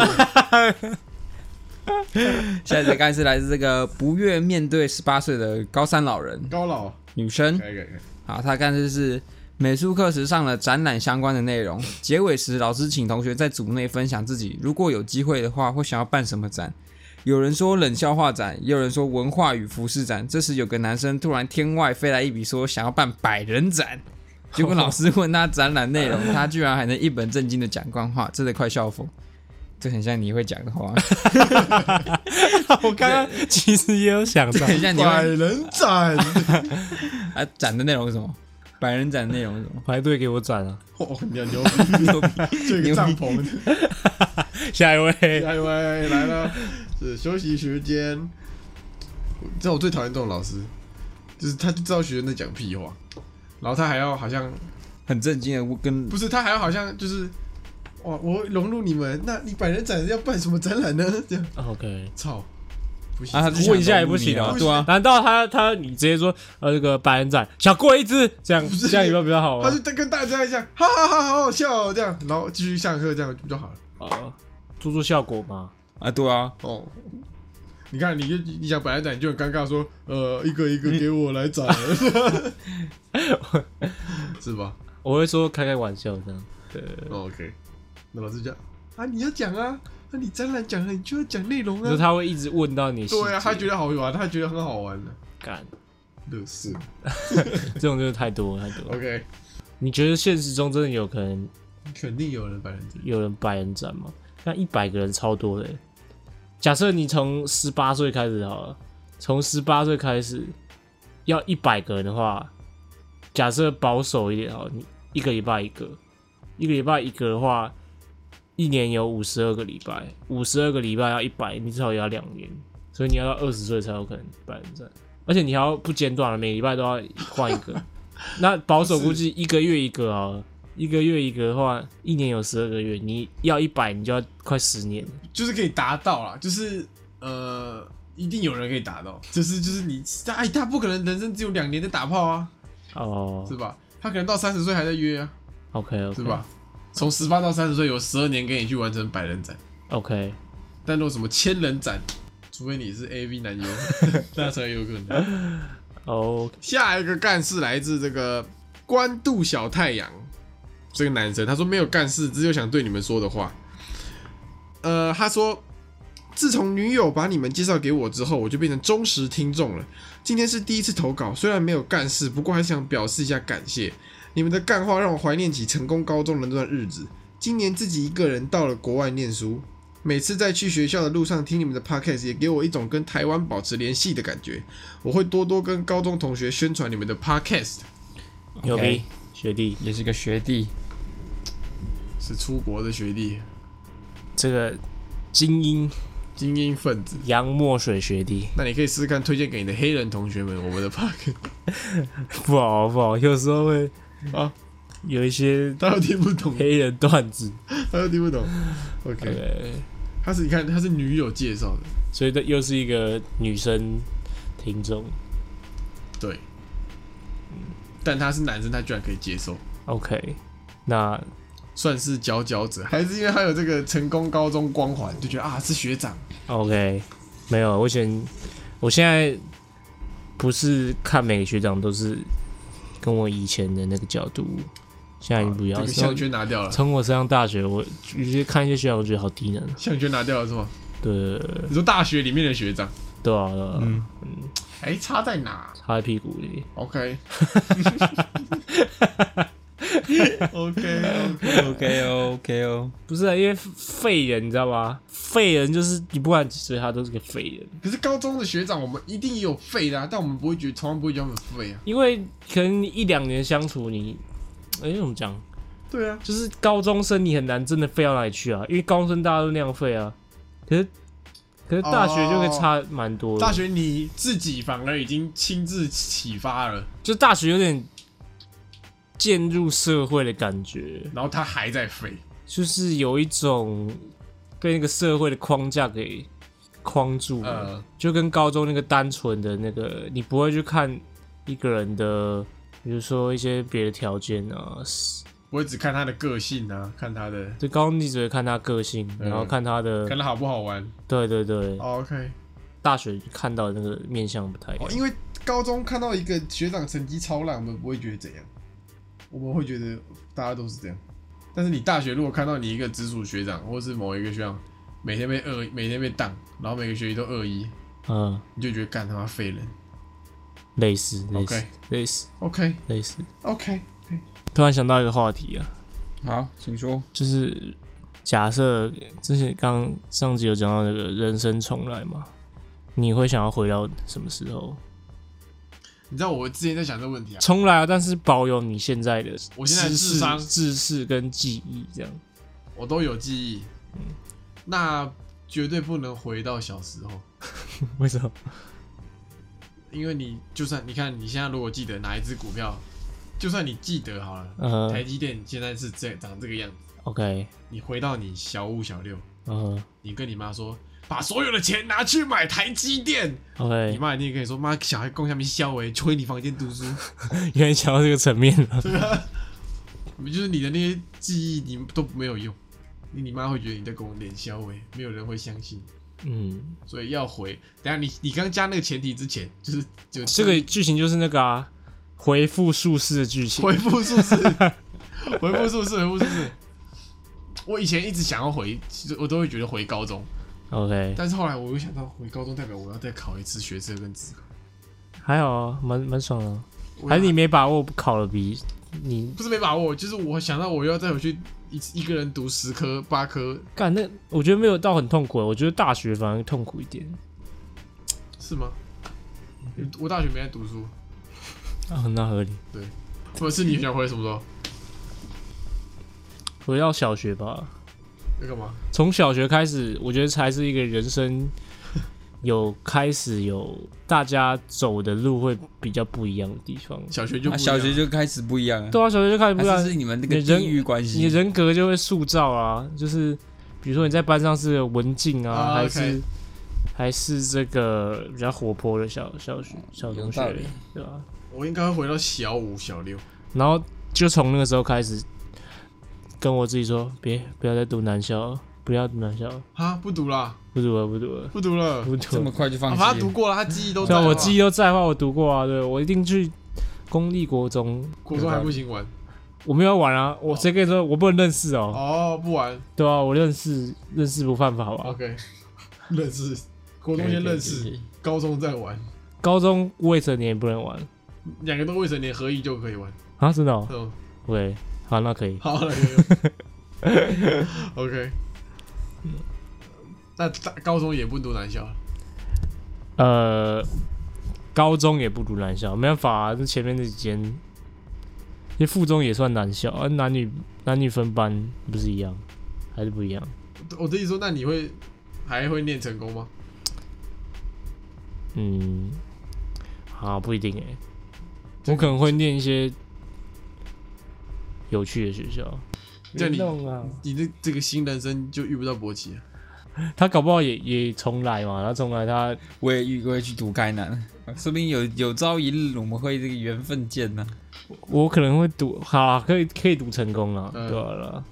下一则干事来自这个不愿面对18岁的高三老人， 高老， 女生。 改。 好，他干事是美术课时上了展览相关的内容，结尾时老师请同学在组内分享自己如果有机会的话会想要办什么展。有人说冷笑话展，也有人说文化与服饰展。这时有个男生突然天外飞来一笔，说想要办百人展。结果老师问他展览内容，他居然还能一本正经的讲官话，真的快笑疯。这很像你会讲的话。 我刚刚其实也有想到， 很像你百会人展， 啊，展的内容是什么？百人展的内容是什么？ 排队给我展啊！ 哦，牛逼， 牛逼！ 这个帐篷。 下一位， 下一位来了，是休息时间。这我最讨厌这种老师，就是他就知道学生在讲屁话，然后他还要好像很震惊的跟不是，他还要好像就是哇，我融入你们，那你百人展要办什么展览呢？这样 OK， 操，不行， 啊，他就问一下也不行啊啊，对啊， 难道你直接说这个百人展小过一只，这样有没有比较好啊？ 他就跟大家一样，哈哈哈，好好笑哦，这样，然后继续上课，这样就比较好了。 做效果嘛。 啊，对啊， 哦，你看，你讲百人展，你就很尴尬，说一个一个给我来展，是吧？ 我会说开玩笑这样。对， OK， 那老师讲啊，你要讲啊，那你展览讲了，你就要讲内容啊。 就他会一直问到你。 对啊，他觉得好玩，他觉得很好玩的。 干， 乐事。 这种就是太多了。 OK， 你觉得现实中真的有可能肯定有人百人展。 有人百人展吗？那100个人超多的欸。假设你从18岁开始好了，从18岁开始要100个人的话，假设保守一点好了，你一个礼拜一个的话，一年有52个礼拜，52个礼拜要100，你至少也要2年，所以你要到20岁才有可能百人展，而且你还要不间断了，每个礼拜都要换一个。那保守估计一个月一个好了。一个月一个的话，一年有12个月，你要100，你就要快10年。 就是可以达到啦，就是一定有人可以达到，就是你，他不可能人生只有2年在打炮啊， 哦， 是吧？他可能到30岁还在约啊， OK， 是吧？从18到30岁有12年给你去完成百人展。 OK， 但如果什么1000人展，除非你是 AV 男优，那才有可能。 哦， 下一个干事来自这个关渡小太阳。这个男生他说没有干事，只有想对你们说的话。他说自从女友把你们介绍给我之后，我就变成忠实听众了。今天是第一次投稿，虽然没有干事，不过还是想表示一下感谢。你们的干话让我怀念起成功高中的那段日子。今年自己一个人到了国外念书，每次在去学校的路上听你们的 podcast， 也给我一种跟台湾保持联系的感觉。我会多多跟高中同学宣传你们的 podcast。 牛逼，学弟， 也是个学弟， 是出国的学弟， 这个精英分子， 洋墨水学弟， 那你可以试试看推荐给你的黑人同学们我们的 podcast。 不好，有时候会啊， 有一些他又听不懂， 黑人段子。 他又听不懂。OK， 他是女友介绍的， 所以这又是一个女生听众。 对，但他是男生，他居然可以接受。 OK， 那算是佼佼者，还是因为他有这个成功高中光环，就觉得啊是学长。 OK， 没有，我现在不是看每个学长都是跟我以前的那个角度，现在已经不一样。 这个项圈拿掉了。 从我上大学，我有些看一些学长，我觉得好低能。 项圈拿掉了是吗？ 对， 你说大学里面的学长？ 对啊， 差在哪？ 插在屁股里。 OK。 OK 哦， 不是啊，因为废人你知道吗？废人就是你不管几岁，他都是个废人。 可是高中的学长，我们一定也有废的啊，但我们不会觉得，从来不会觉得他们废啊。 因为可能你1-2年相处，你怎么讲？ 对啊， 就是高中生你很难真的废到哪里去啊，因为高中生大家都那样废啊。可是大学就会差蛮多的。 大学你自己反而已经亲自启发了， 就大学有点渐入社会的感觉， 然后他还在废， 就是有一种被那个社会的框架给框住了，就跟高中那个单纯的那个，你不会去看一个人的，比如说一些别的条件啊， 不会只看他的个性啊，看他的。 对，高中你只会看他个性，然后看他的， 看他好不好玩。 对对对。 OK。 大学看到的那个面向不太一样， 因为高中看到一个学长成绩超烂，我们不会觉得怎样，我们会觉得大家都是这样。但是你大学如果看到你一个直属学长，或是某一个学长每天被当，然后每个学期都2-1，你就觉得干他妈废人。 类似 ，OK， 突然想到一个话题啊， 好，请说。 就是假设之前刚上集有讲到那个人生重来嘛，你会想要回到什么时候？ 你知道我之前在想这个问题啊， 重来啊，但是保有你现在的我现在的知识跟记忆，这样我都有记忆。那绝对不能回到小时候。 为什么？ 因为你就算你看你现在如果记得哪一只股票，就算你记得好了，台积电现在是长这个样子。 OK， 你回到你小5小6，你跟你妈说，把所有的钱拿去买台积电。 OK， 你妈一定跟你说，妈，小孩供下面消去回你房间读书。 原来想到这个层面了。 对啊，就是你的那些记忆，你都没有用。你妈会觉得你在跟我脸消微，没有人会相信。所以要回。等一下你刚加那个前提之前，就这个剧情就是那个啊，回复术士的剧情。 回复术士。我以前一直想要回，我都会觉得回高中。 OK， 但是后来我又想到，回高中代表我要再考一次学测跟指考。 还好啊，蛮爽的。还是你没把握考了比你不是没把握，就是我想到我又要再回去一个人读10科8科。 干那我觉得没有到很痛苦，我觉得大学反而痛苦一点。 是吗？我大学没在读书。 那合理。 对，或者是你想回什么时候？ 回到小学吧。 要干嘛？ 从小学开始，我觉得才是一个人生开始有大家走的路会比较不一样的地方。 小学就不一样小学就开始不一样了。 对啊，小学就开始不一样。 是你们那个地域关系， 你的人格就会塑造啊。就是比如说你在班上是文静啊，还是这个比较活泼的小同学，对吧？ 我应该会回到小5小6， 然后就从那个时候开始跟我自己说，不要再读男校了，不要读男校了啊！不读了， 不读了， 这么快就放弃？ 他读过了，他记忆都在。 我记忆都在的话，我读过啊，对，我一定去公立国中。 国中还不行玩？ 我没有玩啊，我谁跟你说我不能认识哦？ 哦，不玩。 对啊，我认识不犯法吧 ？OK， 认识，国中先认识，高中再玩。 高中未成年不能玩。 2个都未成年合意就可以玩啊？真的哦？对，好，那可以。 好，那可以。OK。那高中也不读男校？ 高中也不读男校，没办法啊，这前面那几间，因为附中也算男校啊，男女分班不是一样，还是不一样。 我的意思说，那你还会念成功吗？ 好，不一定欸。我可能会念一些有趣的学校。 这样你的这个新人生就遇不到博奇啊。 他搞不好也重来嘛，他重来我也去读该南，说不定有朝一日我们会这个缘分见呢。 我可能会读，好，可以读成功了，对了。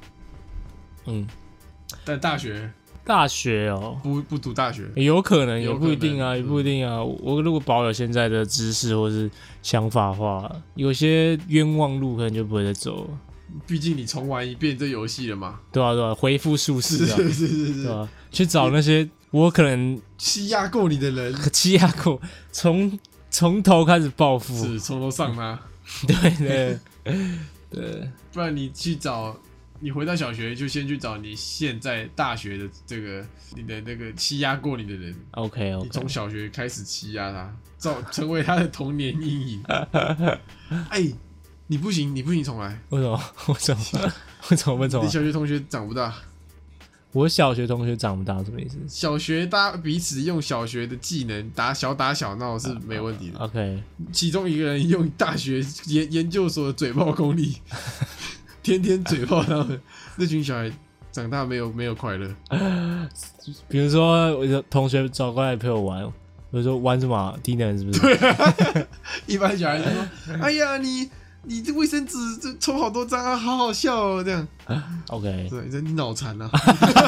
但大学哦， 不读大学， 有可能，也不一定啊，也不一定啊。我如果保有现在的知识或是想法的话，有些冤枉路可能就不会再走了。 毕竟你重玩一遍这游戏了嘛。 对啊，恢复术士啊， 是， 对吧？去找那些我可能欺压过你的人， 欺压过，从头开始报复， 是从头上他。 对， 不然你回到小学就先去找你现在大学的你的那个欺压过你的人。 OK， 你从小学开始欺压他，成为他的童年阴影。哎，你不行重来。为什么不重来？你小学同学长不大。 我小学同学长不大什么意思？ 小学大家彼此用小学的技能打小闹是没问题的。 OK， 其中一个人用大学研究所的嘴炮功力。天天嘴炮他们，那群小孩长大没有快乐。 比如说我的同学找过来陪我玩，我就说玩什么低能是不是？ 对，一般小孩就说：“哎呀，你这卫生纸这抽好多张啊，好好笑哦。”这样 OK， 对，你脑残啊！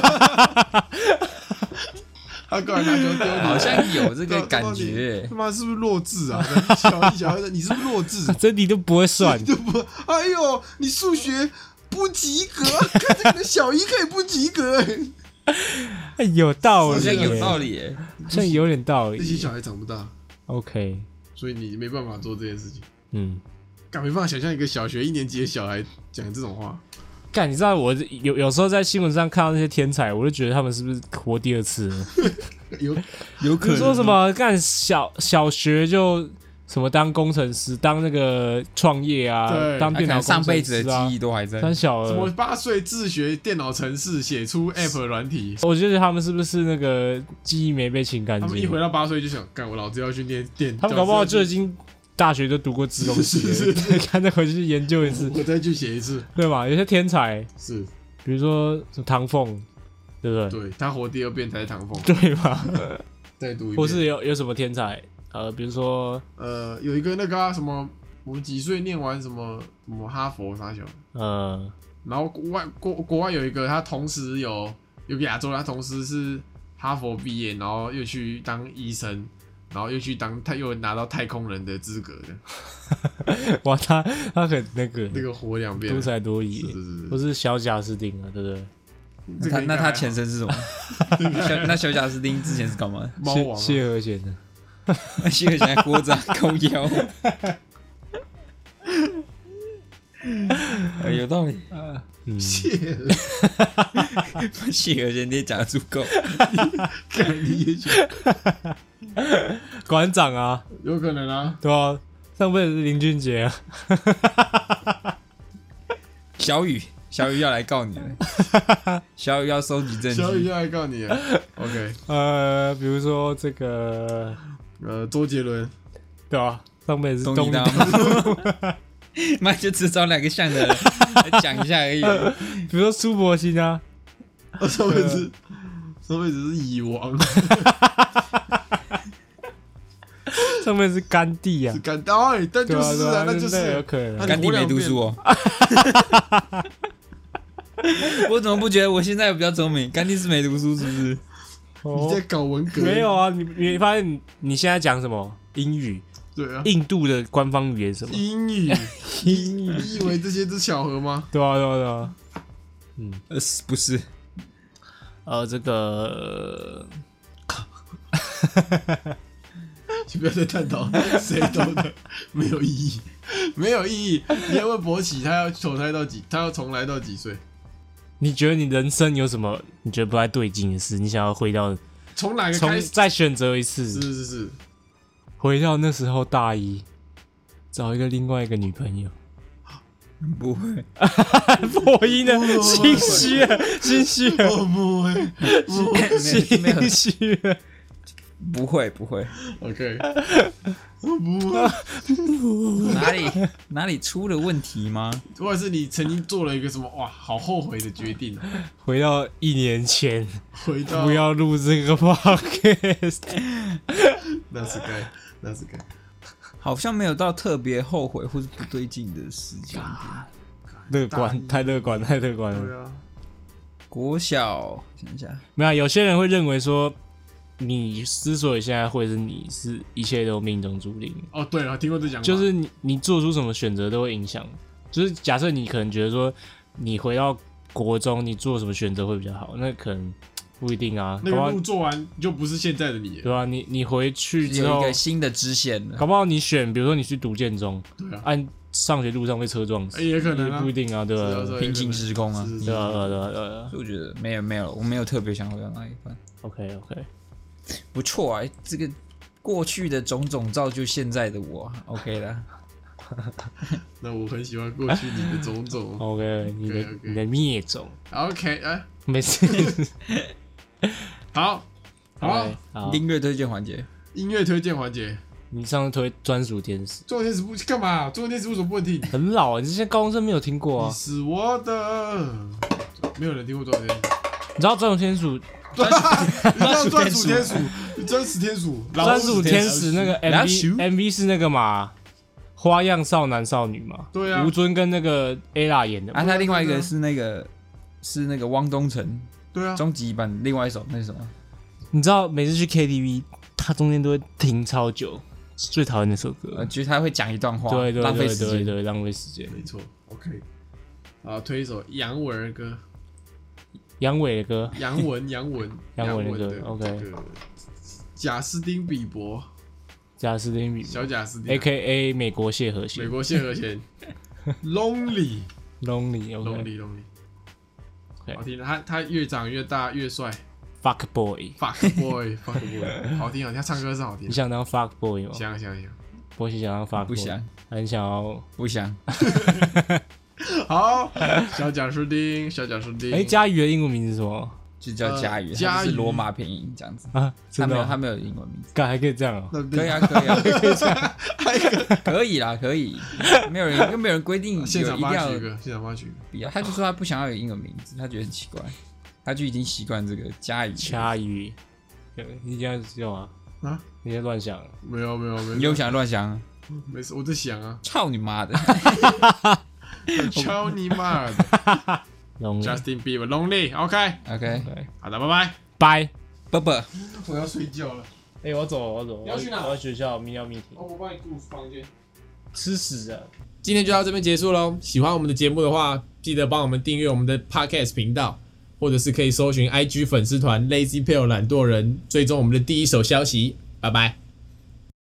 他过来拿球丢你， 好像有这个感觉。 他妈是不是弱智啊？小孩子，你是不是弱智？ 这题都不会算你，就不，哎呦，你数学不及格，看这个小一可以不及格。 有道理， 好像有道理耶。 好像有点道理。 这些小孩长不大， OK， 所以你没办法做这件事情。 嗯， 干没办法想象一个小学1年级的小孩讲这种话。 干，你知道我有时候在新闻上看到那些天才，我就觉得他们是不是活第二次了？ 有可能你说什么干小学就什么当工程师，当那个创业啊， 对当电脑工程师啊， 上辈子的记忆都还在。 三小什么了。 8岁自学电脑程式，写出 App 软体。 我觉得他们是不是那个记忆没被清干净？ 他们一回到8岁就想，干我老子要去念电， 他们搞不好就已经大学就读过资工系了，看再回去研究一次， 我再去写一次。 对吧？有些天才， 是， 比如说什么唐凤，对不对？ 对他活第2遍才是唐凤， 对吧？ 再读一遍。 或是有什么天才？比如说有一个那个啊，什么，我们几岁念完什么哈佛啥小，然后国外有一个，他同时有个亚洲人，他同时是哈佛毕业，然后又去当医生，然后又去他又拿到太空人的资格的。 哇，他很那个活2遍， 多才多艺， 是或是小贾斯汀啊，对不对？ 那他前身是什么？那小贾斯汀之前是干嘛？ 猫王谢和弦的。 谢和弦锅子高腰，有道理。 谢谢和弦你也讲得足够， 看你也觉得馆长啊， 有可能啊， 对啊，上辈子是林俊杰啊。 小雨要来告你了，小雨要收集证据， 小雨要来告你了。OK， 比如说这个周杰伦， 对吧？上辈子是东尼东尼大妈就只找2个像的人来讲一下而已。 比如说苏博兴啊， 上辈子是蚁王， 上辈子是甘地啊是，干哎，但就对啊， 是对啊， 那就是有可能啊。 甘地没读书哦。我怎么不觉得我现在比较聪明？甘地是没读书是不是？ 你在搞文革？ 没有啊，你发现你现在讲什么英语？ 对啊， 印度的官方语言是什么？ 英语， 英语， 你以为这些是巧合吗？ 对啊，对啊，对啊。 不是， 这个请不要再探讨谁都的，没有意义，没有意义。你要问博奇，他要重来到几岁？ 你觉得你人生有什么你觉得不太对劲的事？你想要回到从哪个开始？ 再选择一次， 是， 回到那时候大一，找一个另外一个女朋友。 不会， 破音的，心虚了，心虚了， 我不会， 心虚了。 不会， OK， 我不会。 哪里出了问题吗？ 或者是你曾经做了一个什么哇，好后悔的决定， 回到1年前， 回到不要录这个 podcast。 那是该。 好像没有到特别后悔或是不对劲的时间点。 乐观，太乐观对了。 啊， 国小想一下， 没有，有些人会认为说，你之所以现在会是你，是一切都命中注定。 哦，对了，听过这讲法， 就是你做出什么选择都会影响。就是假设你可能觉得说，你回到国中，你做什么选择会比较好，那可能不一定啊。 那个路做完就不是现在的你了， 对吧？你回去之后有一个，新的支线了。 搞不好你选，比如说你去读建中， 对啊， 按上学路上被车撞死， 也可能啊不一定啊，对吧？ 平行时空啊， 对啊，对啊，对啊。 所以我觉得没有，我没有特别想回到那一番。 OK， 不错啊，这个过去的种种造就现在的我，OK 啦。 那我很喜欢过去你的种种。 OK， 你 OK 的灭种 OK， 没事。 好， 好， 音乐推荐环节， 音乐推荐环节， 你上次推专属天使， 中文电视不干嘛？中文电视为什么不能听？ 很老啊，你这些高中生没有听过你啊？ 是我的， 没有人听过专属天鼠。 你知道专属天鼠？ 你知道专属天鼠？专属天鼠， 专属天使那个老鼠 MV 是那个嘛？花样少男少女嘛？ 对啊吴尊跟那个 ella 演的嘛。 啊，他另外一个是那个汪东城对啊， 终极版另外一首那是什么？ 你知道每次去 KTV， 他中间都会停超久，最讨厌那首歌。 就是他会讲一段话， 对对浪费对时间。 对对，浪费时间。 没错。OK， 好，推一首杨文儿歌， 杨伟的歌， 杨文杨文的歌，OK 这个贾斯汀比伯， 贾斯汀比小贾斯汀 ，A.K.A 美国谢和美弦国谢和弦，Lonely， ，Lonely，OK， 好听。他越长越大越帅 Fuck Boy， ，Fuck Boy， 好听。他唱歌是好听你。想当 Fuck Boy 吗？ 想， 波西想当 Fuck Boy， 不想， 很想要。 不想。 好，小贾斯汀， 哎，佳宇的英文名字是什么就叫佳宇， 佳宇它就是罗马拼音这样子。 啊？ 他真的哦？ 没有他没有英文名字。 干还可以这样哦？ 可以啊，可以啊，可以啦，可以。没有人规定有一现场定要发曲歌，现场发曲歌。 不要，他就说他不想要有英文名字，他觉得很奇怪，他就已经习惯这个佳宇。 佳宇，你这样子用啊？ 啊？ 你在乱想？ 没有， 你又想乱想？ 没事，我在想啊。 操你妈的！ 操你妈的 Lonely， ！Justin Bieber Lonely，OK， OK， 好的，拜拜。 拜。 啵啵。 我要睡觉了。 哎，我走， 你要去哪我要学校要 meeting， 我帮你住房间。 吃屎啊！ 今天就到这边结束喽。喜欢我们的节目的话，记得帮我们订阅我们的 Podcast 频道，或者是可以搜寻 IG 粉丝团 Lazy Pale 懒惰人，追踪我们的第一手消息。拜拜。